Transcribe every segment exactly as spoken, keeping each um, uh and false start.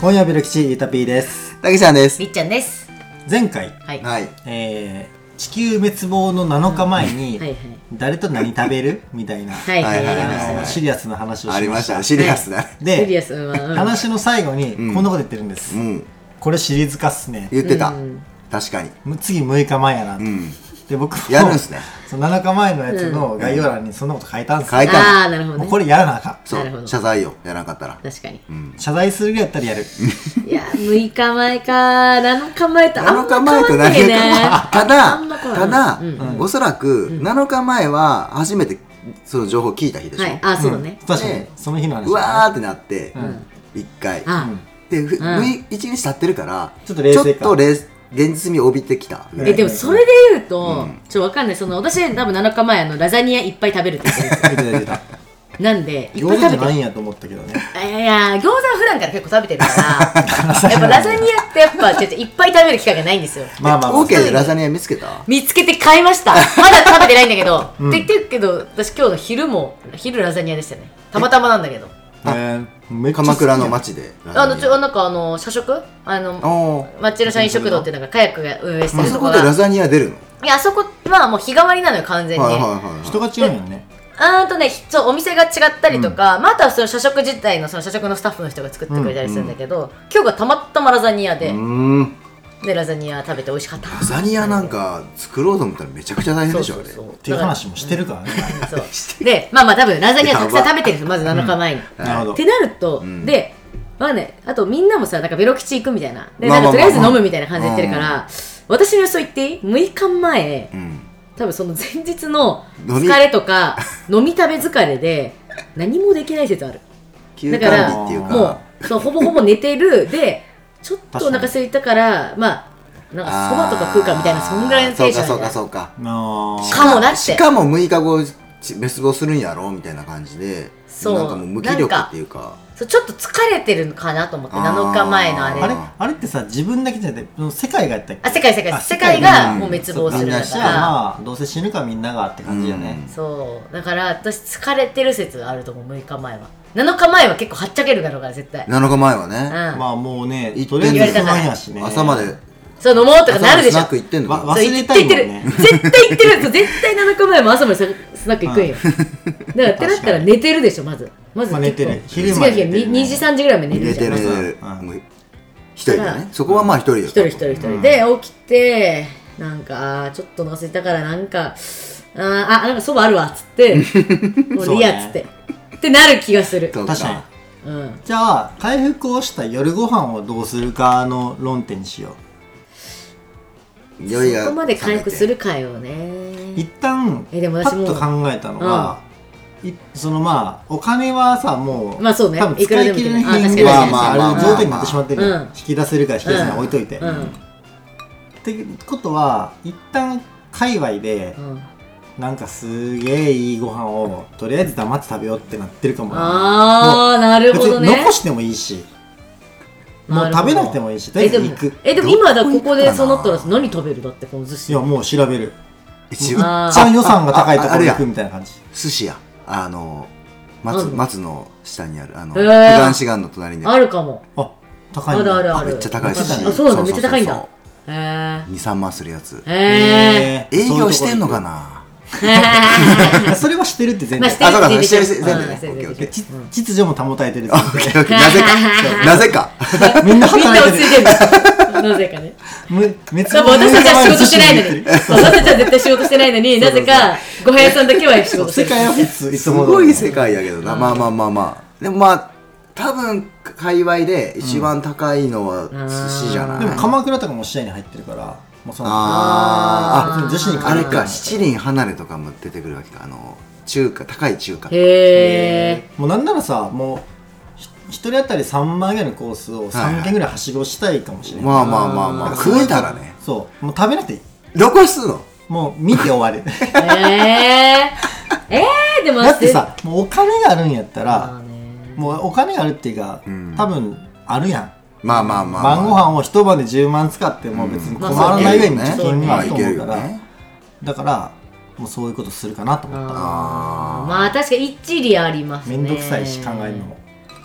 今夜ベル吉ゆたぴーです。 たけちゃんです。 りっちゃんです。 前回、 はい、 はい、 えー、地球滅亡のなのかまえに、はいはい、誰と何食べるみたいな、 はいはいはいはい、 シリアスな話をしました。 ありました。シリアスだ、はい、 でシリアス、うん、 話の最後にこんなこと言ってるんです、うん、これシリーズ化っすね。 言ってた、うん、確かに次むいかまえやなと、うん、で僕もやるんすね。 そのなのかまえのやつの概要欄にそんなこと書いたんですよ、 書いたの。 あー、なるほどね。 もうこれやらなあかん。 そう謝罪よ、やらなかったら。 確かに、 うん、謝罪するぐらいやったらやる。 いやむいかまえかなのかまえとあんま変わんないね。 ただただ、 うんうん、 おそらく、うん、なのかまえは初めてその情報聞いた日でしょ、 はい、あそうだね、 うん、確かにその日の話、 うわーってなって一、うん、回、うん、で、うん、いちにち経ってるからちょっと冷静か、 ちょっと冷現実味を帯びてきた。 えでもそれで言うと、うん、ちょっとわかんない。その私多分なのかまえあのラザニアいっぱい食べるって言ってるんですよ。なんでいっぱい食べてる。 餃子じゃないんやと思ったけどね。 いや餃子は普段から結構食べてるからやっぱラザニアってやっぱちょっといっぱい食べる機会がないんですよ。 まあまあ、まあ、オーケーでラザニア見つけた見つけて買いました。まだ食べてないんだけど、うん、って言ってるけど私今日の昼も昼ラザニアでしたね。たまたまなんだけど。 えー、 鎌倉の町であのちょなんかあの社食あの町の社員食堂ってなんかカヤックが運営してるところが、 あそこでラザニア出るの？ いやあそこはもう日替わりなのよ完全に、はいはいはいはい、 人が違うよね。 あーとねそうお店が違ったりとか、うん、まあ、あとはその社食自体のその社食のスタッフの人が作ってくれたりするんだけど、うんうん、今日がたまたまラザニアで、うーんでラザニア食べて美味しかった。 ラザニアなんか作ろうと思ったらめちゃくちゃ大変でしょ。そうそうそうっていう話もしてるからね。 そうでまあまあ多分ラザニアたくさん食べてるんですよまずなのかまえに、うん、なるほどってなると、うん、でまあねあとみんなもさなんかベロ吉行くみたいなでなんかとりあえず飲むみたいな感じで言ってるから、まあまあまあ、私の予想言っていいむいかまえ、うん、多分その前日の疲れとか飲み食べ疲れで何もできない説ある。だからもうそうほぼほぼ寝てるでちょっとお腹空いたからまあなんかそばとか食うかみたいなそんぐらいのテンションそうかそうかそうかかもなってしかもむいかご滅亡するんやろみたいな感じでそうなんかもう無気力っていうかそうちょっと疲れてるのかなと思ってなのかまえのあれあれあれってさ自分だけじゃなくて世界がやったっけ？ あ世界世界世界がもう滅亡するんだから、 まあどうせ死ぬかみんながって感じよね、 うん、そうだから私疲れてる説があると思うむいかまえは。なのかまえは結構はっちゃけるだろうから絶対なのかまえはね、 うん、まあもうねとりあえず不安やしね朝までそう飲もうとかなるでしょ。 スナック行ってんの忘れたいもんね。 絶対行ってる絶対なのかまえも朝までスナック行くんよ。だからってなったら寝てるでしょまずまず、 まあ、寝てる昼までにじさんじぐらいまで寝るじゃん。 寝てる寝てる、うん、一人でねそこはまあ一人よ一人一人一人、うん、で起きてなんかちょっと忘れたからなんかああなんかそばあるわっつってもういいやっつってってなる気がする。 確かに、うん、じゃあ回復をした夜ご飯をどうするかの論点にしよう。 そこまで回復するかよね。 一旦パッと考えたのは、うん、そのまあお金はさもう、まあそうね、多分使い切れない品がある状態になってしまってる、うん、引き出せるか引き出せないか置いといて、うんうん、ってことは一旦界隈で、うん、なんかすげえいいご飯をとりあえず黙って食べようってなってるかも。 ああなるほどね。 別に残してもいいしもう食べなくてもいいしとりあえず行く。 えでも今だここでそうなったら何食べるだってこの寿司。 いやもう調べる。一番予算が高いところ行くみたいな感じ。 寿司屋あの松松の下にあるあの九段志願の隣にあるかも。 あ高いんだ。 あるあるある。 めっちゃ高い寿司。 あそうなんだめっちゃ高いんだ。へえ。二三万するやつ。 へえ。 営業してんのかな。 それはしてるって全然。 あそうかしてる全然ね。 秩序も保たれてる。 なぜかなぜかみんな働いてる。 なぜかね。 私たちは仕事してないのに私たちは絶対仕事してないのになぜかごはん屋さんだけは仕事してる。 世界は普通すごい世界やけどな。まあまあまあまあでもまあ多分界隈で一番高いのは寿司じゃない。 でも鎌倉とかも視野に入ってるからもうそのああ女子にあれか七輪離れとかも出てくるわけか。あの中華高い中華。 へえ。 もうなんならさもう一人当たりさんまん円のコースをさんけんぐらいはしごしたいかもしれない。 まあまあまあまあ食えたらね。 そうもう食べなくていい。 どこすんの？ もう見て終わる。 えー、えー、でもだってさもうお金があるんやったらもうお金があるっていうか、うん、多分あるやん。 まあまあまあ、 まあ、晩ご飯を一晩でじゅうまん使っても別に困らないぐらいに貯金があると思うから、ね、だからもうそういうことするかなと思った。 あまあ確かに一理ありますね。 めんどくさいし考えるのも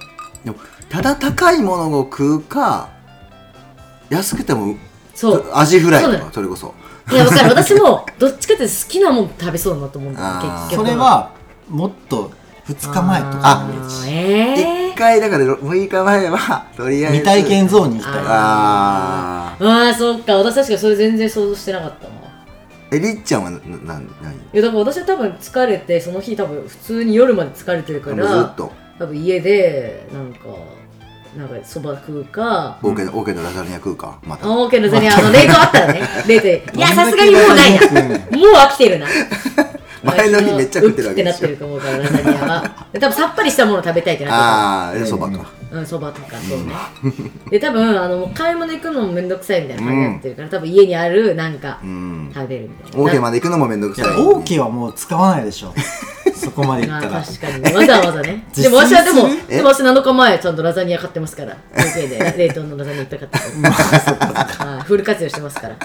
でもただ高いものを食うか安くてもそうアジフライとか そ, それこそいや分かる私もどっちかって好きなもん食べそうだなと思うんだよ結局それはもっとふつかまえとかあ、えー、いっかいだからむいかまえはとりあえず未体験ゾーンに行きたいああそっか私確かにそれ全然想像してなかったなえりっちゃんはな何いやだから私は多分疲れてその日多分普通に夜まで疲れてるからずっと多分家でなんかなんかそば食うかオーケーのオーケーのラザニア食うかまたオーケーのラザニアあの冷凍あったらね冷凍いやさすがにもうないなもう飽きてるな前の日めっちゃ食ってるわけですよってなってると思うからラザニアはで多分さっぱりしたもの食べたいってなってるああそばかうんそばとかそうねで多分あの買い物行くのもめんどくさいみたいな感じになってるから、うん、多分家にあるなんか食べるみたいな、 オーケーまで行くのもめんどくさい、 ね、オーケーはもう使わないでしょそこまで行ったら確かに、ね、わざわざねでも私はでもでも私なのかまえちゃんとラザニア買ってますから オーケー で冷凍のラザニアいっぱい買ってますフル活用してますから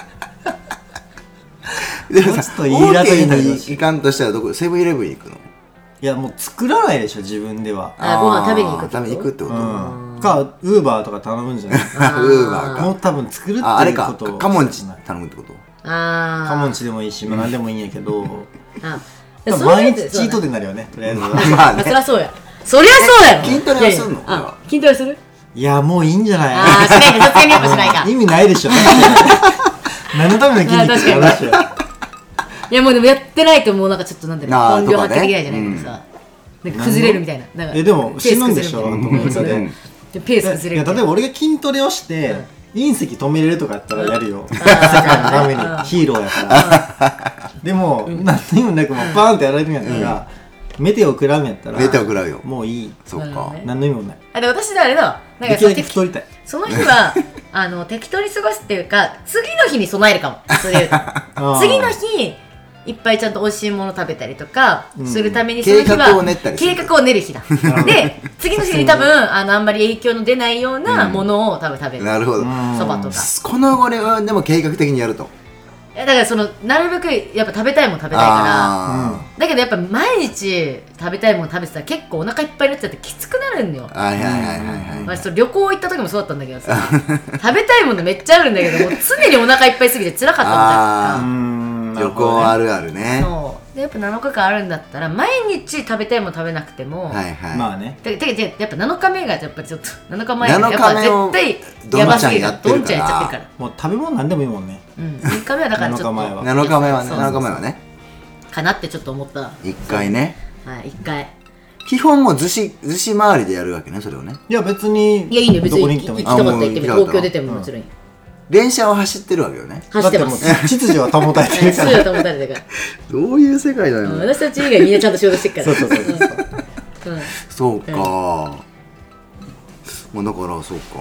でもさ、オーケーに行かんとしたらどこセブンイレブン行くの？ いやもう作らないでしょ自分では。 あご飯食べに行くってこと？ 食べに行くってこと？ うん、かウーバーとか頼むんじゃない？ウーバーか。 もう多分作るっていうことを。 あれか。カモンチ頼むってこと？ あカモンチでもいいし、まあ何でもいいんやけど。 あ毎日チートデーになるよねとりあえず。 まあね。そりゃそうや。そりゃそうやろ。 筋トレはするの？ あ筋トレする？ いやもういいんじゃない？ ああしないね。さすがにやっぱしないか。 意味ないでしょ。何のための筋肉って話よ。 いやもうでもやってないともうなんかちょっとなんていうの本領発揮できないじゃないですか。なんか崩れるみたいな。なんかえでも死ぬんでしょ。 ペース崩れる。 いや例えば俺が筋トレをして隕石止めれるとかやったらやるよ。世界のためにヒーローやから。でも何にもなくもうバーンってやられるんやったらメテオ食らうんやったらメテオ食らうよ。 もういい。 そっか。 何の意味もない。 あで私であれだ。 なんかできるだけ太りたい。 その日はあの適当に過ごすっていうか次の日に備えるかも。それ次の日いっぱいちゃんと美味しいもの食べたりとかするために、その日は計画を練ったりする。 計画を練る日だ。で次の日に多分あのあんまり影響の出ないようなものを多分食べる。 なるほど。 そばとか。 この後はでも計画的にやると。 だからそのなるべくやっぱ食べたいもの食べたいから、だけどやっぱ毎日食べたいもの食べてたら結構お腹いっぱいになっちゃってきつくなるんよ。 はいはいはいはいはい。 それ旅行行った時もそうだったんだけどさ食べたいものめっちゃあるんだけども常にお腹いっぱいすぎて辛かったもん。旅行あるあるね。 そうでやっぱなのかかんあるんだったら毎日食べたいもの食べなくても、 はいはい、まあねてててやっぱなのかめがやっぱちょっとなのか前がやっぱ絶対やばすぎるどんちゃんやっちゃってるからもう食べ物なんでもいいもんね。 うん、なのかめはだからちょっとなのかめはねなのかめはねかなってちょっと思った一回ね。 はい一回基本もう逗子逗子周りでやるわけねそれをね。 いや別にいやいいね別に行きたかったら行ってみ東京出てももちろん電車は走ってるわけよね。 走ってます。 秩序は保たれてるから。 秩序は保たれてるから。 どういう世界だよ。 私たち以外みんなちゃんと仕事してるから。 そうそうそうそう。 そうか。もうだからそうか。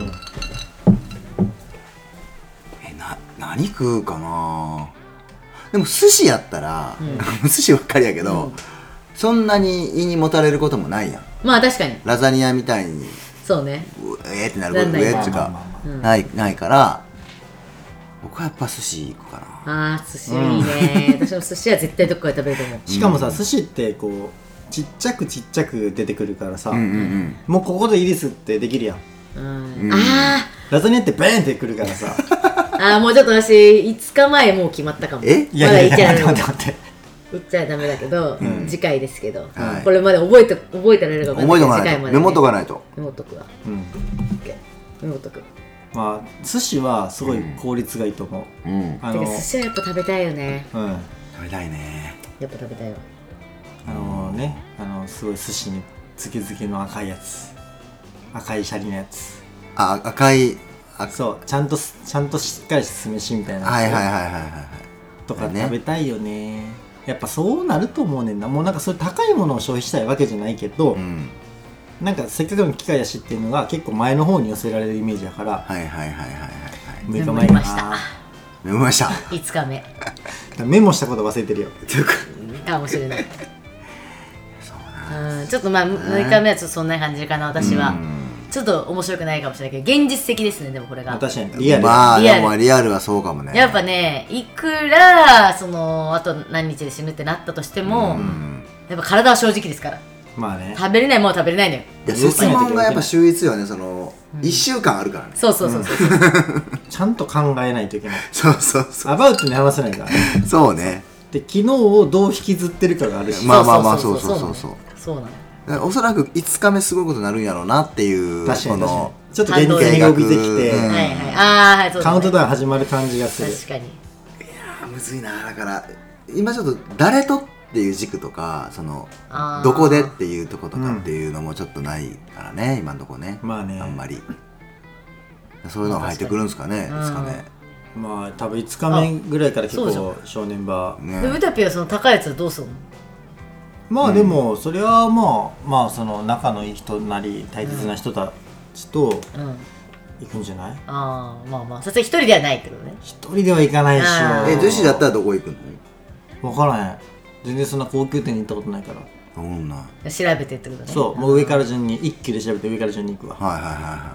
えな何食うかな。でも寿司やったら寿司ばっかりやけどそんなに胃にもたれることもないやん。 まあ確かに。 ラザニアみたいに。 そうね。 えーってなることえーっていうか。ないないから僕はやっぱ寿司行くかな。あー寿司いいね、うん、私も寿司は絶対どこかで食べると思う。 しかもさ、うん、寿司ってこうちっちゃくちっちゃく出てくるからさ、 うんうんうん、 もうここでイリスってできるやん、 うんうん、あラザニアってベーンってくるからさあーもうちょっと私いつかまえもう決まったかも。 えまだ言っちゃダメ待って待って言っちゃダメだけど、うん、次回ですけど、 はい、 これまで覚えて覚えてられるかも。覚えとかないとメモとかないとメモとくわ、うん、メモとく。 まあ寿司はすごい効率がいいと思う、うん、 あのてか寿司はやっぱ食べたいよね。 うん食べたいね。 やっぱ食べたいわ。 あのー、ねあのすごい寿司に漬け漬けの赤いやつ赤いシャリのやつあ赤いあそうちゃんとちゃんとしっかりした酢飯みたいなはいはいはいはいはいとか食べたいよね。やっぱそうなると思うねんな。もうなんかそういう高いものを消費したいわけじゃないけど、うん、なんかせっかくの機会やしっていうのが結構前の方に寄せられるイメージだからはいはいはいはいはいむいかまえかな。 メモましたいつかめメモしたこと忘れてるよかもしれないそうな、うん、ちょっとまあむいかめはちょっとそんな感じかな私は。ちょっと面白くないかもしれないけど現実的ですね。でもこれが確かにリアル、 まあリアル、でもリアルはそうかもね。 やっぱねいくらそのあと何日で死ぬってなったとしても、うん、やっぱ体は正直ですからまあね食べれないもんは食べれないのよ。 いや節問がやっぱ秀逸よね。そのいっしゅうかんあるからね。 そうそうそうそう。 ちゃんと考えないといけない。 そうそうそう。 アバウトに話せないからね。 そうね。 で昨日をどう引きずってるかがあるし。 まあまあまあそうそうそうそう。 そうなの。 おそらくいつかめすごいことになるんやろうなっていう。 確かに確かに。ちょっと現実味が帯びてきて、 はいはい、ああはいそうカウントダウン始まる感じがする。 確かに。いやむずいな。だから今ちょっと誰とっていう軸とかそのどこでっていうとことかっていうのもちょっとないからね、今のとこね。 まあね。あんまりそういうのが入ってくるんですかね。いつかめ。 まあ多分いつかめぐらいから結構正念場。 でウタピはその高いやつはどうするの？ まあでもそれはまあまあその仲のいい人なり大切な人たちと行くんじゃない？うん、 ああまあまあそして一人ではないけどね。 一人では行かないでしょ。 え女子だったらどこ行くの？ 分からへん。全然そんな高級店に行ったことないから。 そんな調べてってことね。 そうもう上から順に一気で調べて上から順に行くわ。 はいはいはいはい。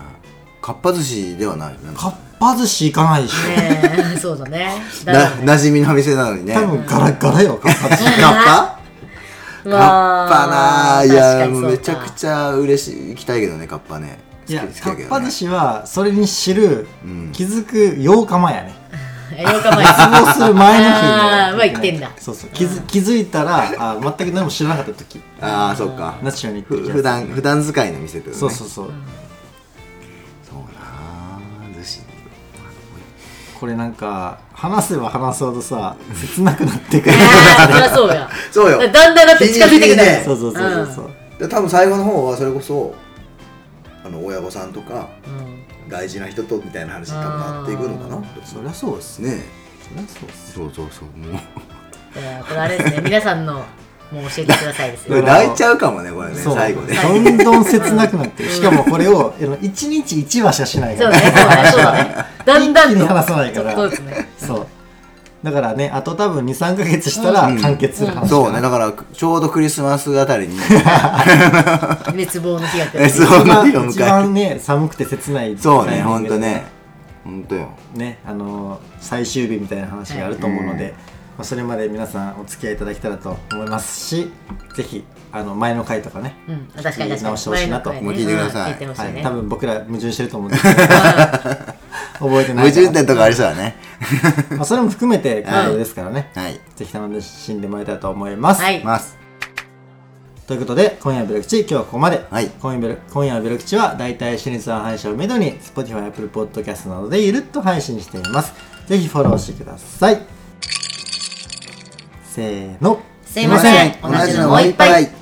かっぱ寿司ではないよね。 かっぱ寿司行かないでしょ。 ねそうだね。 な馴染みの店なのにね。 多分ガラガラよかっぱ寿司。 かっぱ？かっぱなー。いやめちゃくちゃ嬉しい。行きたいけどねカッパね。 いやかっぱ寿司はそれに知る、うん、気づくようかまやね。 ようか前過ごする前の日にああまあ言ってんだ。 そうそう気づ気づいたらあ全く何も知らなかった時。 ああそっか。 ナチュラルに行って普段普段使いの店ってことね。 そうそうそう。うん、 そうな寿司。 これなんか話せば話すほどさ切なくなってくる。 ああそりゃそうや。 そうよ。 だんだんだって近づいてくるね。 そうそうそうそう。 で多分最後の方はそれこそあの親御さんとか。うん大事な人とみたいな話に多分なっていくのかな。 そりゃそうですね。そりゃそうです。 そうそうそうもう。 これあれですね。皆さんのもう教えてくださいですよ。 泣いちゃうかもねこれね最後で。 どんどん切なくなってる。しかもこれを一日一話しかしないから。 そうねそうね。だんだん一気に話さないから。 そうですね。そう。 だからねあと多分にさんかげつしたら完結する話。 そうねだからちょうどクリスマスあたりに滅亡の日が来る。 滅亡の日を迎える。 一番ね寒くて切ない。 そうね本当ね本当よ。 ねあの最終日みたいな話があると思うので、まあそれまで皆さんお付き合いいただけたらと思いますし、ぜひあの前の回とかね直してほしいなと。 もう聞いてください。 はい多分僕ら矛盾してると思うんですけど覚えてない。 矛盾点とかありそうだね。 まあそれも含めて会話ですからね。 はい。 ぜひ楽しんでもらえたらと思います。 はい。 ということで今夜はベロ吉今日はここまで。 はい。 今夜今夜はベロ吉は大体シリーズ配信をめどに Spotify、Apple Podcast などでゆるっと配信しています。ぜひフォローしてください。せーの。 すいません。同じのもう一杯。